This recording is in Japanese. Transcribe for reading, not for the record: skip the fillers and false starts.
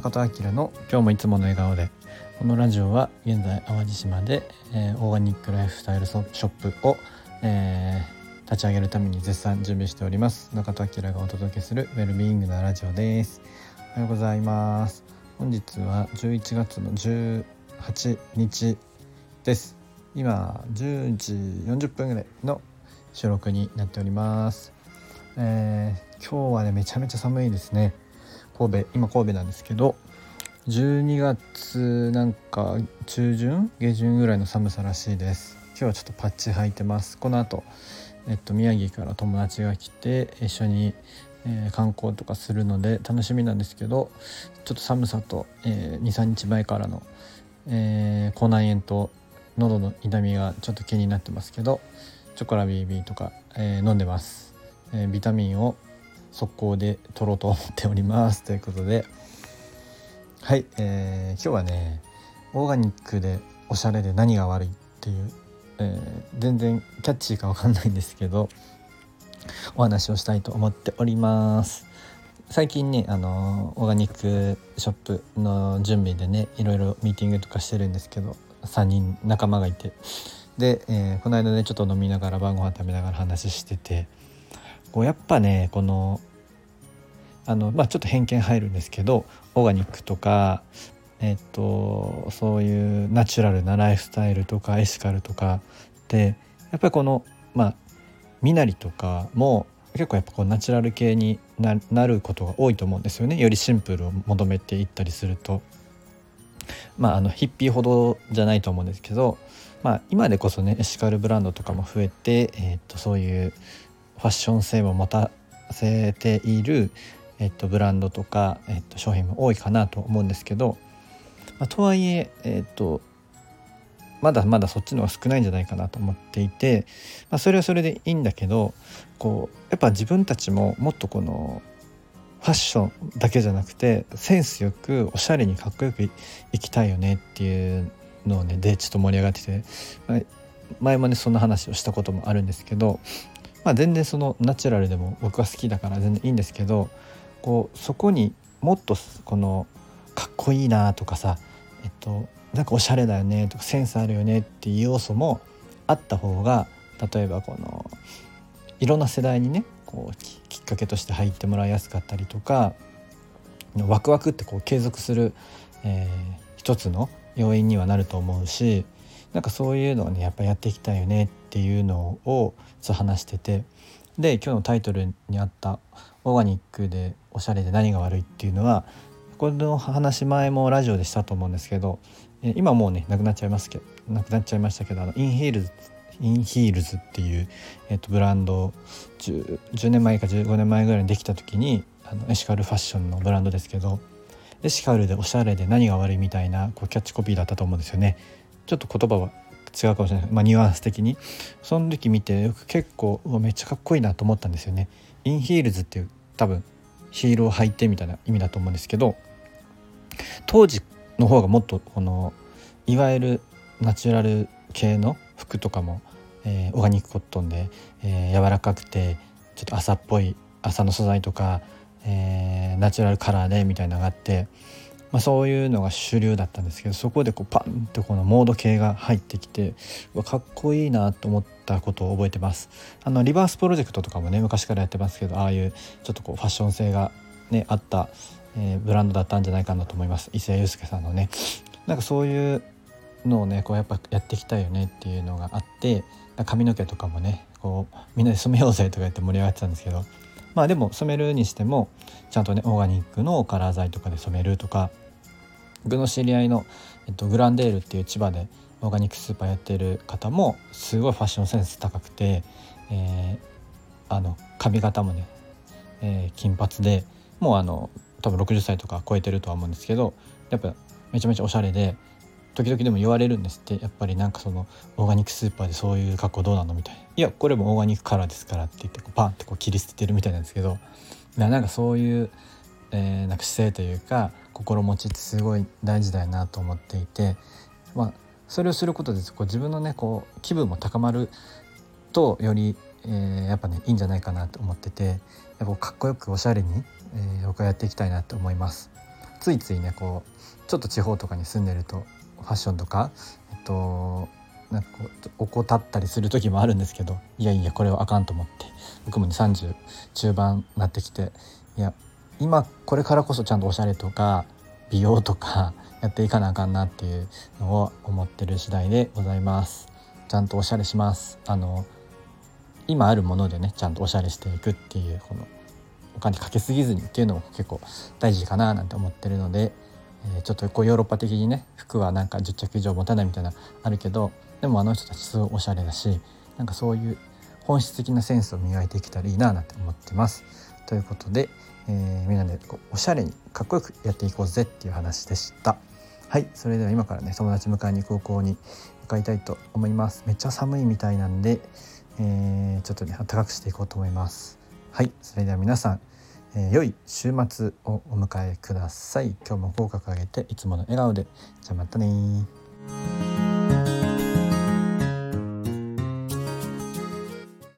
中戸明の今日もいつもの笑顔で。このラジオは現在淡路島で、オーガニックライフスタイルショップを、立ち上げるために絶賛準備しております。中戸明がお届けするウェルビーイングなラジオです。おはようございます。本日は11月の18日です。今10時40分ぐらいの収録になっております。今日はねめちゃめちゃ寒いですね。今神戸なんですけど、12月なんか中旬下旬ぐらいの寒さらしいです。今日はちょっとパッチ履いてます。この後、宮城から友達が来て一緒に、観光とかするので楽しみなんですけど、ちょっと寒さと、2、3日前からの、口内炎と喉の痛みがちょっと気になってますけど、チョコラ BB とか、飲んでます。ビタミンを速攻で取ろうと思っておりますということで、はい、今日はねオーガニックでおしゃれで何が悪いっていう、全然キャッチーか分かんないんですけどお話をしたいと思っております。最近ねオーガニックショップの準備でねいろいろミーティングとかしてるんですけど、3人仲間がいてで、この間ねちょっと飲みながら晩ご飯食べながら話してて、やっぱねこのちょっと偏見入るんですけど、オーガニックとかそういうナチュラルなライフスタイルとかエシカルとかってやっぱりこの身なりとかも結構やっぱこうナチュラル系になることが多いと思うんですよね。よりシンプルを求めていったりすると、ヒッピーほどじゃないと思うんですけど、今でこそねエシカルブランドとかも増えて、そういうファッション性を持たせているブランドとか、商品も多いかなと思うんですけど、とはいえまだまだそっちの方が少ないんじゃないかなと思っていて、それはそれでいいんだけど、やっぱ自分たちももっとこのファッションだけじゃなくてセンスよくおしゃれにかっこよくいきたいよねっていうのをねでちょっと盛り上がってて、前もねそんな話をしたこともあるんですけど、全然そのナチュラルでも僕は好きだから全然いいんですけど、そこにもっとこのかっこいいなとかさ、なんかおしゃれだよねとかセンスあるよねっていう要素もあった方が、例えばこのいろんな世代にねきっかけとして入ってもらいやすかったりとか、ワクワクって継続する、一つの要因にはなると思うし、なんかそういうのをねやっぱやっていきたいよねっていうのをちょっと話してて、で今日のタイトルにあったオーガニックでおしゃれで何が悪いっていうのは、この話前もラジオでしたと思うんですけど、今もうねなくなっちゃいましたけど、インヒールズっていう、ブランド 10年前か15年前ぐらいにできた時にエシカルファッションのブランドですけど、エシカルでおしゃれで何が悪いみたいなキャッチコピーだったと思うんですよね。ちょっと言葉は違うかもしれない、ニュアンス的にその時見て結構めっちゃかっこいいなと思ったんですよね。インヒールズっていう多分ヒールを履いてみたいな意味だと思うんですけど、当時の方がもっといわゆるナチュラル系の服とかも、オーガニックコットンで、柔らかくてちょっと朝っぽい朝の素材とか、ナチュラルカラーでみたいなのがあって、そういうのが主流だったんですけど、そこでパンってこのモード系が入ってきてかっこいいなと思ったことを覚えてます。リバースプロジェクトとかもね昔からやってますけど、ああいうちょっとファッション性がねあった、ブランドだったんじゃないかなと思います。伊勢祐介さんのね、なんかそういうのをねやっぱやっていきたいよねっていうのがあって、髪の毛とかもねみんなで染めようぜとか言って盛り上がってたんですけど、でも染めるにしてもちゃんとねオーガニックのカラー剤とかで染めるとか、僕の知り合いの、グランデールっていう千葉でオーガニックスーパーやってる方もすごいファッションセンス高くて、髪型もね、金髪でもう多分60歳とか超えてるとは思うんですけど、やっぱめちゃめちゃおしゃれで、時々でも言われるんですって。やっぱりなんかそのオーガニックスーパーでそういう格好どうなのみたいな、いやこれもオーガニックカラーですからって言ってパンって切り捨ててるみたいなんですけど、なんかそういう、なんか姿勢というか心持ちってすごい大事だよなと思っていて、それをすることで自分のね気分も高まるとより、やっぱねいいんじゃないかなと思ってて、やっぱかっこよくおしゃれに、僕はやっていきたいなと思います。 ついついねこうちょっと地方とかに住んでるとファッションとかなんかこう怠ったりする時もあるんですけど、いやいやこれはあかんと思って、僕もね30中盤になってきて、いや今これからこそちゃんとおしゃれとか美容とかやっていかなあかんなっていうのを思ってる次第でございます。ちゃんとおしゃれします。今あるものでねちゃんとおしゃれしていくっていう、このお金かけすぎずにっていうのも結構大事かななんて思ってるので、ちょっとこうヨーロッパ的にね服はなんか10着以上持たないみたいなあるけど、でもあの人たちすごいおしゃれだし、なんかそういう本質的なセンスを磨いていけたらいいななんて思ってます。ということで、みんなでこうおしゃれにかっこよくやっていこうぜっていう話でした。はい、それでは今からね友達迎えに空港に向かいたいと思います。めっちゃ寒いみたいなんで、ちょっとね暖かくしていこうと思います。はい、それでは皆さん、良い週末をお迎えください。今日も口角上げていつもの笑顔で。じゃあまたね。